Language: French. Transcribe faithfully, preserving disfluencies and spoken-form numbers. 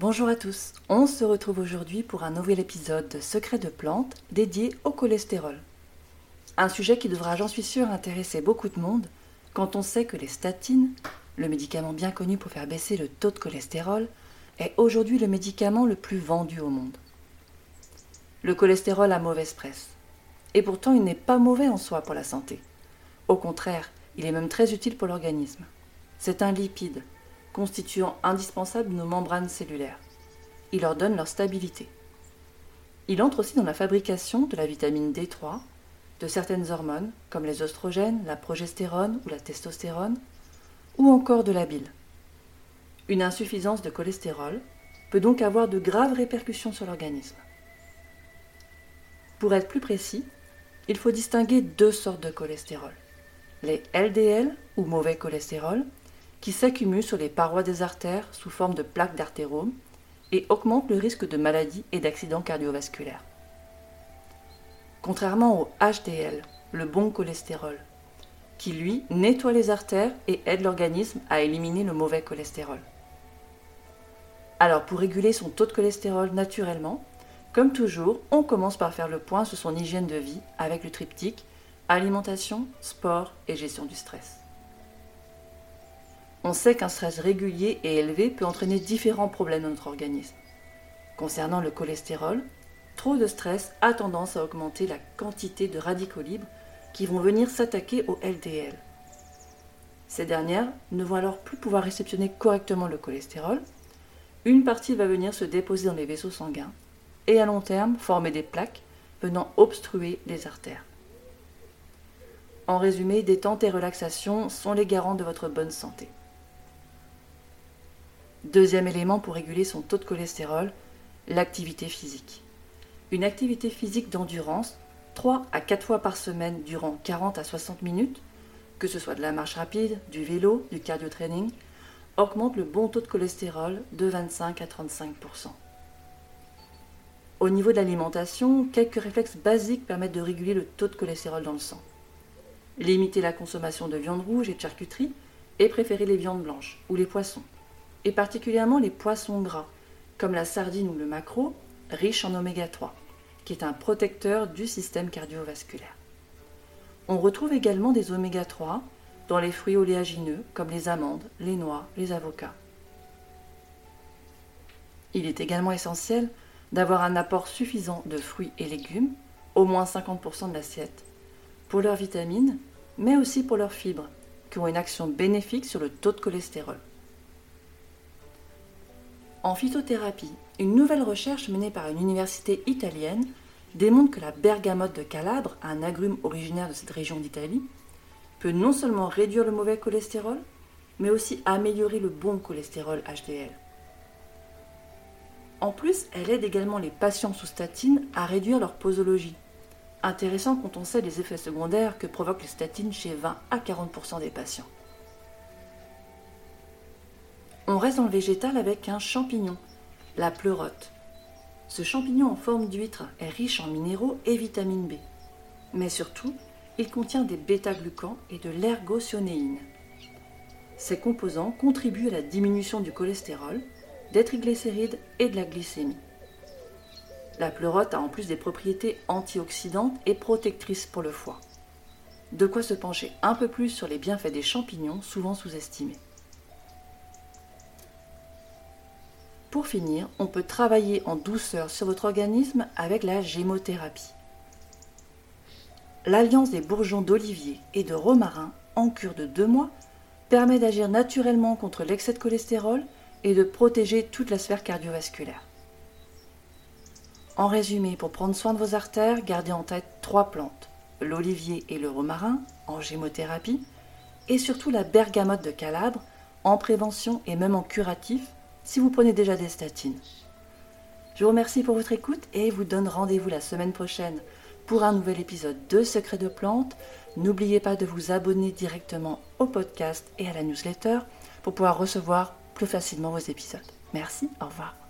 Bonjour à tous, on se retrouve aujourd'hui pour un nouvel épisode de Secrets de plantes dédié au cholestérol. Un sujet qui devra, j'en suis sûre, intéresser beaucoup de monde quand on sait que les statines, le médicament bien connu pour faire baisser le taux de cholestérol, est aujourd'hui le médicament le plus vendu au monde. Le cholestérol a mauvaise presse, et pourtant il n'est pas mauvais en soi pour la santé. Au contraire, il est même très utile pour l'organisme. C'est un lipide, constituant indispensable de nos membranes cellulaires. Il leur donne leur stabilité. Il entre aussi dans la fabrication de la vitamine D trois, de certaines hormones comme les oestrogènes, la progestérone ou la testostérone, ou encore de la bile. Une insuffisance de cholestérol peut donc avoir de graves répercussions sur l'organisme. Pour être plus précis, il faut distinguer deux sortes de cholestérol. Les L D L ou mauvais cholestérol, qui s'accumulent sur les parois des artères sous forme de plaques d'artérome et augmentent le risque de maladies et d'accidents cardiovasculaires. Contrairement au H D L, le bon cholestérol, qui lui nettoie les artères et aide l'organisme à éliminer le mauvais cholestérol. Alors pour réguler son taux de cholestérol naturellement, comme toujours, on commence par faire le point sur son hygiène de vie avec le triptyque alimentation, sport et gestion du stress. On sait qu'un stress régulier et élevé peut entraîner différents problèmes dans notre organisme. Concernant le cholestérol, trop de stress a tendance à augmenter la quantité de radicaux libres qui vont venir s'attaquer au L D L. Ces dernières ne vont alors plus pouvoir réceptionner correctement le cholestérol. Une partie va venir se déposer dans les vaisseaux sanguins et à long terme former des plaques venant obstruer les artères. En résumé, détente et relaxation sont les garants de votre bonne santé. Deuxième élément pour réguler son taux de cholestérol, l'activité physique. Une activité physique d'endurance, trois à quatre fois par semaine durant quarante à soixante minutes, que ce soit de la marche rapide, du vélo, du cardio-training, augmente le bon taux de cholestérol de vingt-cinq à trente-cinq pour cent. Au niveau de l'alimentation, quelques réflexes basiques permettent de réguler le taux de cholestérol dans le sang. Limiter la consommation de viande rouge et de charcuterie et préférer les viandes blanches ou les poissons, et particulièrement les poissons gras, comme la sardine ou le maquereau, riche en oméga trois, qui est un protecteur du système cardiovasculaire. On retrouve également des oméga trois dans les fruits oléagineux, comme les amandes, les noix, les avocats. Il est également essentiel d'avoir un apport suffisant de fruits et légumes, au moins cinquante pour cent de l'assiette, pour leurs vitamines, mais aussi pour leurs fibres, qui ont une action bénéfique sur le taux de cholestérol. En phytothérapie, une nouvelle recherche menée par une université italienne démontre que la bergamote de Calabre, un agrume originaire de cette région d'Italie, peut non seulement réduire le mauvais cholestérol, mais aussi améliorer le bon cholestérol H D L. En plus, elle aide également les patients sous statine à réduire leur posologie. Intéressant quand on sait les effets secondaires que provoquent les statines chez vingt à quarante pour cent des patients. On reste dans le végétal avec un champignon, la pleurote. Ce champignon en forme d'huître est riche en minéraux et vitamine B. Mais surtout, il contient des bêta-glucans et de l'ergosionéine. Ces composants contribuent à la diminution du cholestérol, des triglycérides et de la glycémie. La pleurote a en plus des propriétés antioxydantes et protectrices pour le foie. De quoi se pencher un peu plus sur les bienfaits des champignons, souvent sous-estimés. Pour finir, on peut travailler en douceur sur votre organisme avec la gémothérapie. L'alliance des bourgeons d'olivier et de romarin en cure de deux mois permet d'agir naturellement contre l'excès de cholestérol et de protéger toute la sphère cardiovasculaire. En résumé, pour prendre soin de vos artères, gardez en tête trois plantes, l'olivier et le romarin en gémothérapie, et surtout la bergamote de Calabre en prévention et même en curatif si vous prenez déjà des statines. Je vous remercie pour votre écoute et vous donne rendez-vous la semaine prochaine pour un nouvel épisode de Secrets de plantes. N'oubliez pas de vous abonner directement au podcast et à la newsletter pour pouvoir recevoir plus facilement vos épisodes. Merci, au revoir.